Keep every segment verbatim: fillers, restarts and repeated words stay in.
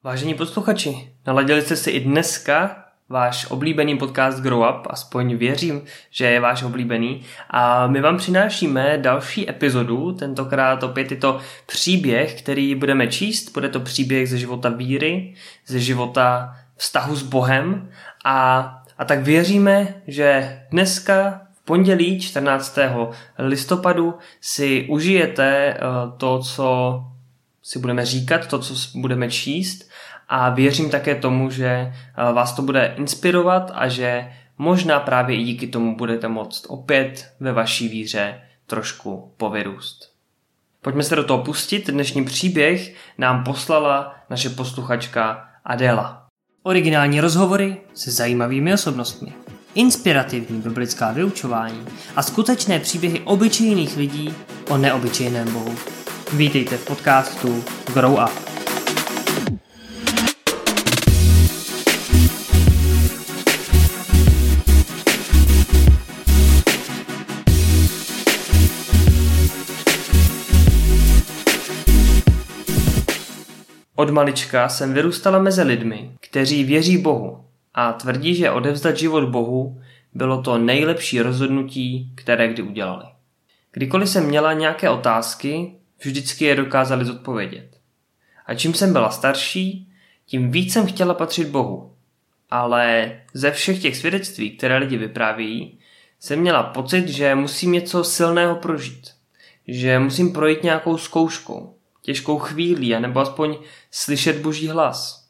Vážení posluchači, naladili jste si i dneska váš oblíbený podcast Grow Up, aspoň věřím, že je váš oblíbený, a my vám přinášíme další epizodu, tentokrát opět je to příběh, který budeme číst, bude to příběh ze života víry, ze života vztahu s Bohem a, a tak věříme, že dneska v pondělí čtrnáctého listopadu si užijete to, co si budeme říkat, to, co budeme číst, a věřím také tomu, že vás to bude inspirovat a že možná právě i díky tomu budete moct opět ve vaší víře trošku povyrůst. Pojďme se do toho pustit. Dnešní příběh nám poslala naše posluchačka Adela. Originální rozhovory se zajímavými osobnostmi, inspirativní biblická vyučování a skutečné příběhy obyčejných lidí o neobyčejném Bohu. Vítejte v podcastu Grow Up. Od malička jsem vyrůstala mezi lidmi, kteří věří Bohu a tvrdí, že odevzdat život Bohu bylo to nejlepší rozhodnutí, které kdy udělali. Kdykoliv jsem měla nějaké otázky, vždycky je dokázali zodpovědět. A čím jsem byla starší, tím víc jsem chtěla patřit Bohu. Ale ze všech těch svědectví, které lidi vyprávějí, jsem měla pocit, že musím něco silného prožít. Že musím projít nějakou zkouškou, těžkou chvílí, anebo aspoň slyšet Boží hlas.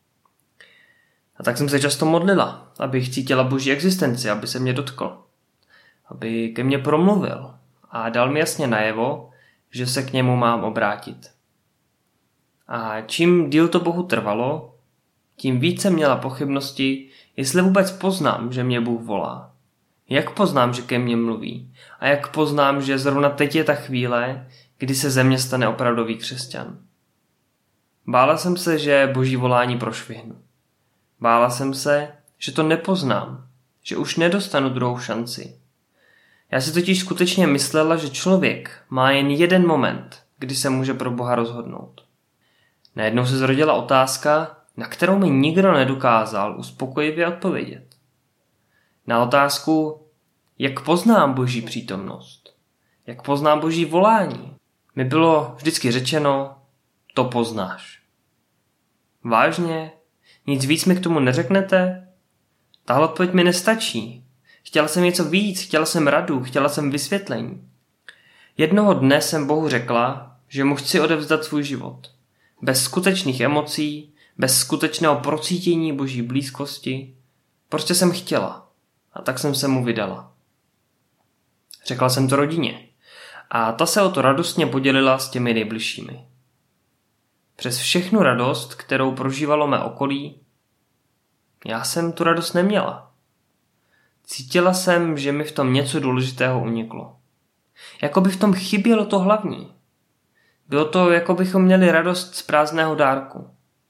A tak jsem se často modlila, abych cítila Boží existenci, aby se mě dotkl. Aby ke mně promluvil a dal mi jasně najevo, že se k němu mám obrátit. A čím díl to Bohu trvalo, tím více měla pochybnosti, jestli vůbec poznám, že mě Bůh volá. Jak poznám, že ke mně mluví? A jak poznám, že zrovna teď je ta chvíle, kdy se ze mě stane opravdový křesťan? Bála jsem se, že Boží volání prošvihnu. Bála jsem se, že to nepoznám, že už nedostanu druhou šanci. Já si totiž skutečně myslela, že člověk má jen jeden moment, kdy se může pro Boha rozhodnout. Najednou se zrodila otázka, na kterou mi nikdo nedokázal uspokojivě odpovědět. Na otázku, jak poznám Boží přítomnost, jak poznám Boží volání, mi bylo vždycky řečeno, to poznáš. Vážně? Nic víc mi k tomu neřeknete? Tahle odpověď mi nestačí. Chtěla jsem něco víc, chtěla jsem radu, chtěla jsem vysvětlení. Jednoho dne jsem Bohu řekla, že mu chci odevzdat svůj život. Bez skutečných emocí, bez skutečného procítění Boží blízkosti. Prostě jsem chtěla. A tak jsem se mu vydala. Řekla jsem to rodině. A ta se o to radostně podělila s těmi nejbližšími. Přes všechnu radost, kterou prožívalo mé okolí, já jsem tu radost neměla. Cítila jsem, že mi v tom něco důležitého uniklo. Jako by v tom chybělo to hlavní. Bylo to, jako bychom měli radost z prázdného dárku.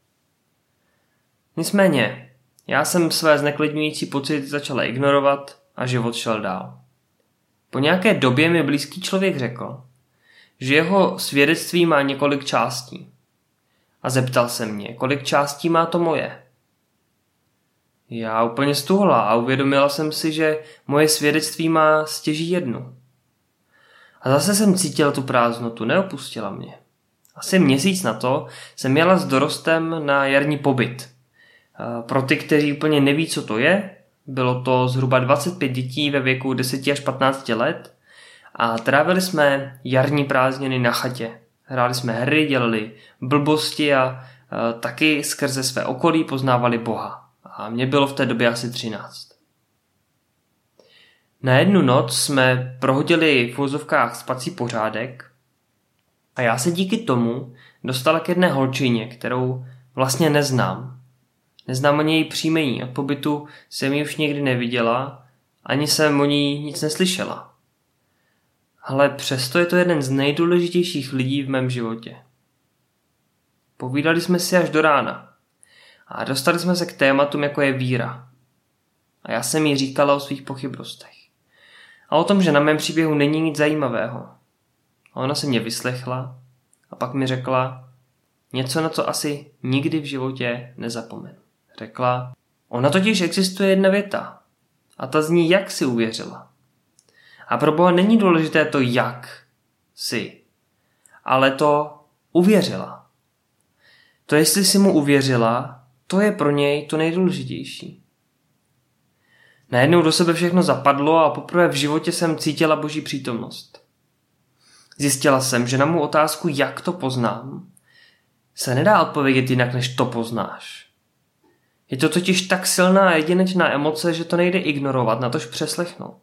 Nicméně, já jsem své zneklidňující pocity začala ignorovat a život šel dál. Po nějaké době mi blízký člověk řekl, že jeho svědectví má několik částí. A zeptal se mě, kolik částí má to moje. Já úplně stuhla a uvědomila jsem si, že moje svědectví má stěží jednu. A zase jsem cítila tu prázdnotu, neopustila mě. Asi měsíc na to jsem jela s dorostem na jarní pobyt. Pro ty, kteří úplně neví, co to je, bylo to zhruba dvacet pět dětí ve věku deset až patnáct let a trávili jsme jarní prázdniny na chatě. Hráli jsme hry, dělali blbosti a, a taky skrze své okolí poznávali Boha. A mně bylo v té době asi třináct. Na jednu noc jsme prohodili v uvozovkách spací pořádek a já se díky tomu dostala k jedné holčině, kterou vlastně neznám. Neznám ani její příjmení, od pobytu jsem ji už nikdy neviděla, ani jsem o ní nic neslyšela. Ale přesto je to jeden z nejdůležitějších lidí v mém životě. Povídali jsme si až do rána a dostali jsme se k tématům, jako je víra. A já jsem jí říkala o svých pochybnostech. A o tom, že na mém příběhu není nic zajímavého. A ona se mě vyslechla a pak mi řekla, Něco, na co asi nikdy v životě nezapomenu. Řekla, ona totiž existuje jedna věta. A ta zní, jak si uvěřila. A pro Boha není důležité to, jak si, ale to uvěřila. To, jestli si mu uvěřila, to je pro něj to nejdůležitější. Najednou do sebe všechno zapadlo a poprvé v životě jsem cítila Boží přítomnost. Zjistila jsem, že na mou otázku, jak to poznám, se nedá odpovědět jinak, než to poznáš. Je to totiž tak silná a jedinečná emoce, že to nejde ignorovat, natož přeslechnout.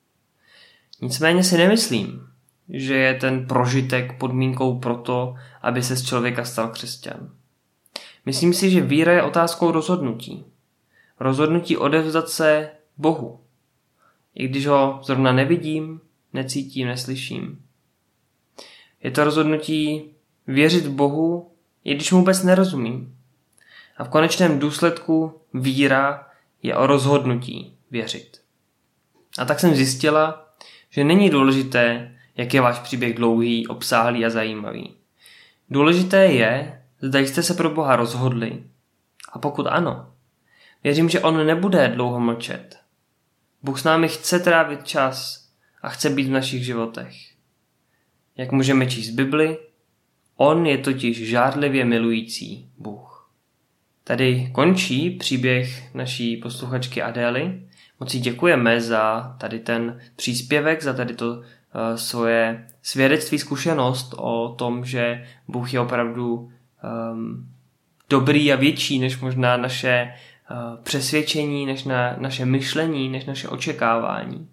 Nicméně si nemyslím, že je ten prožitek podmínkou pro to, aby se z člověka stal křesťan. Myslím si, že víra je otázkou rozhodnutí. Rozhodnutí odevzdat se Bohu. I když ho zrovna nevidím, necítím, neslyším. Je to rozhodnutí věřit Bohu, i když mu vůbec nerozumím. A v konečném důsledku víra je o rozhodnutí věřit. A tak jsem zjistila, že není důležité, jak je váš příběh dlouhý, obsáhlý a zajímavý. Důležité je, zda jste se pro Boha rozhodli. A pokud ano, věřím, že on nebude dlouho mlčet. Bůh s námi chce trávit čas a chce být v našich životech. Jak můžeme číst Bibli, on je totiž žárlivě milující Bůh. Tady končí příběh naší posluchačky Adély. Moc jí děkujeme za tady ten příspěvek, za tady to uh, svoje svědectví, zkušenost o tom, že Bůh je opravdu um, dobrý a větší než možná naše uh, přesvědčení, než na, naše myšlení, než naše očekávání.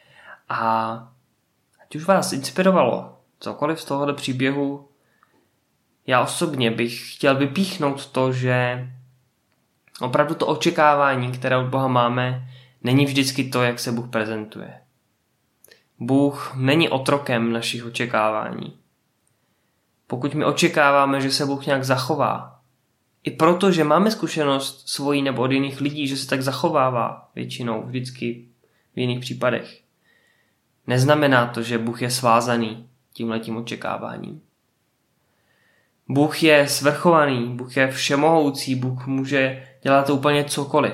A ať už vás inspirovalo cokoliv z tohoto příběhu, já osobně bych chtěl vypíchnout to, že opravdu to očekávání, které od Boha máme, není vždycky to, jak se Bůh prezentuje. Bůh není otrokem našich očekávání. Pokud my očekáváme, že se Bůh nějak zachová, i proto, že máme zkušenost svojí nebo od jiných lidí, že se tak zachovává většinou, vždycky v jiných případech, neznamená to, že Bůh je svázaný tímhletím očekáváním. Bůh je svrchovaný, Bůh je všemohoucí, Bůh může dělat úplně cokoliv.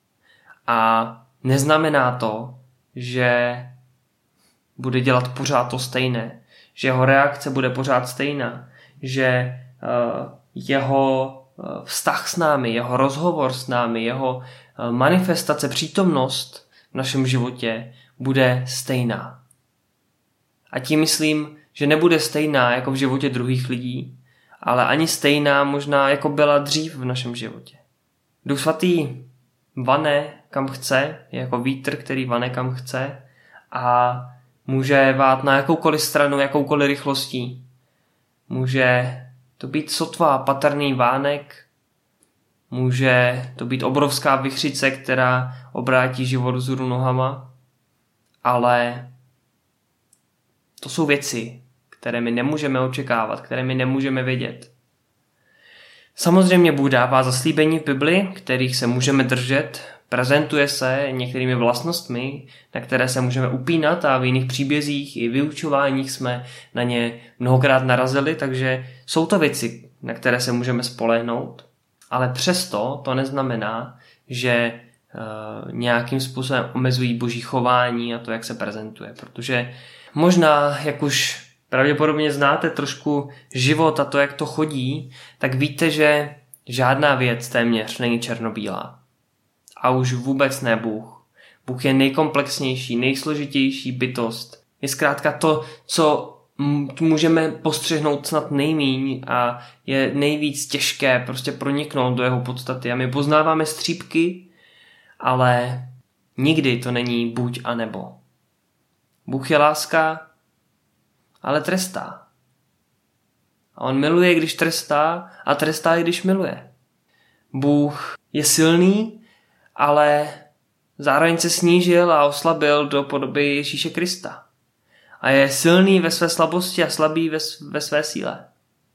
A neznamená to, že bude dělat pořád to stejné, že jeho reakce bude pořád stejná, že uh, jeho uh, vztah s námi, jeho rozhovor s námi, jeho uh, manifestace, přítomnost v našem životě bude stejná. A tím myslím, že nebude stejná jako v životě druhých lidí, ale ani stejná možná jako byla dřív v našem životě. Duch svatý vane kam chce, je jako vítr, který vane kam chce a může vát na jakoukoliv stranu, jakoukoliv rychlostí. Může to být sotva patrný vánek, může to být obrovská vichřice, která obrátí život vzhůru nohama, ale to jsou věci, které my nemůžeme očekávat, které my nemůžeme vědět. Samozřejmě Bůh dává zaslíbení v Bibli, kterých se můžeme držet, prezentuje se některými vlastnostmi, na které se můžeme upínat a v jiných příbězích i vyučováních jsme na ně mnohokrát narazili, takže jsou to věci, na které se můžeme spolehnout, ale přesto to neznamená, že uh, nějakým způsobem omezují Boží chování a to, jak se prezentuje, protože možná, jak už pravděpodobně znáte trošku život a to, jak to chodí, tak víte, že žádná věc téměř není černobílá. A už vůbec ne Bůh. Bůh je nejkomplexnější, nejsložitější bytost. Je zkrátka to, co můžeme postřehnout snad nejmíň a je nejvíc těžké prostě proniknout do jeho podstaty. A my poznáváme střípky, ale nikdy to není buď a nebo. Bůh je láska, ale trestá. A on miluje, když trestá, a trestá, i když miluje. Bůh je silný, ale zároveň se snížil a oslabil do podoby Ježíše Krista. A je silný ve své slabosti a slabý ve, ve své síle.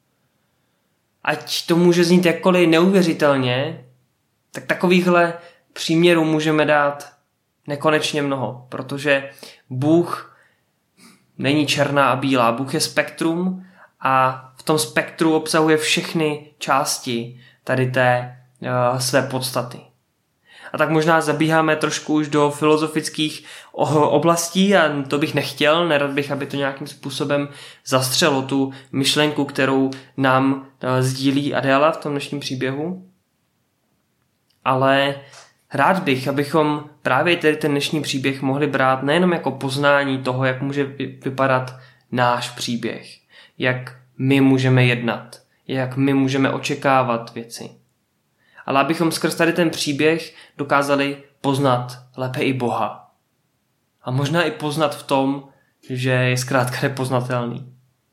Ať to může znít jakkoliv neuvěřitelně, tak takovýchhle příměrů můžeme dát nekonečně mnoho, protože Bůh není černá a bílá. Bůh je spektrum a v tom spektru obsahuje všechny části tady té uh, své podstaty. A tak možná zabíháme trošku už do filozofických oblastí a to bych nechtěl, nerad bych, aby to nějakým způsobem zastřelo tu myšlenku, kterou nám sdílí Adéla v tom dnešním příběhu. Ale rád bych, abychom právě tedy ten dnešní příběh mohli brát nejenom jako poznání toho, jak může vypadat náš příběh, jak my můžeme jednat, jak my můžeme očekávat věci, ale abychom skrz tady ten příběh dokázali poznat lépe i Boha. A možná i poznat v tom, že je zkrátka nepoznatelný.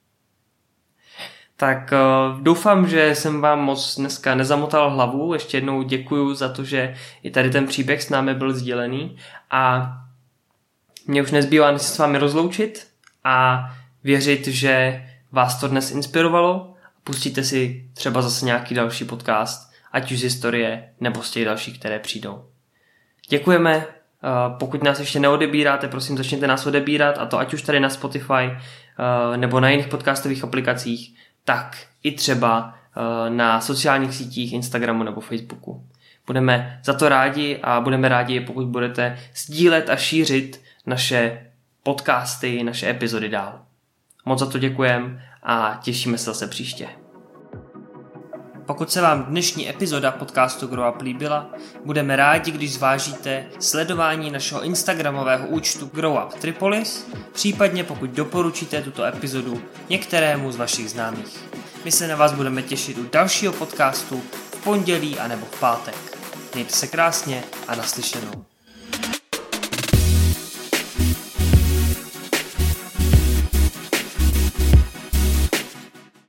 Tak uh, doufám, že jsem vám moc dneska nezamotal hlavu. Ještě jednou děkuju za to, že i tady ten příběh s námi byl sdělený. A mě už nezbývá, než se s vámi rozloučit a věřit, že vás to dnes inspirovalo. Pustíte si třeba zase nějaký další podcast, ať už z historie, nebo z těch dalších, které přijdou. Děkujeme, pokud nás ještě neodebíráte, prosím začněte nás odebírat, a to ať už tady na Spotify, nebo na jiných podcastových aplikacích, tak i třeba na sociálních sítích, Instagramu nebo Facebooku. Budeme za to rádi a budeme rádi, pokud budete sdílet a šířit naše podcasty, naše epizody dál. Moc za to děkujeme a těšíme se zase příště. Pokud se vám dnešní epizoda podcastu Grow Up líbila, budeme rádi, když zvážíte sledování našeho instagramového účtu Grow Up Tripolis, případně pokud doporučíte tuto epizodu některému z vašich známých. My se na vás budeme těšit u dalšího podcastu v pondělí anebo v pátek. Mějte se krásně a naslyšenou.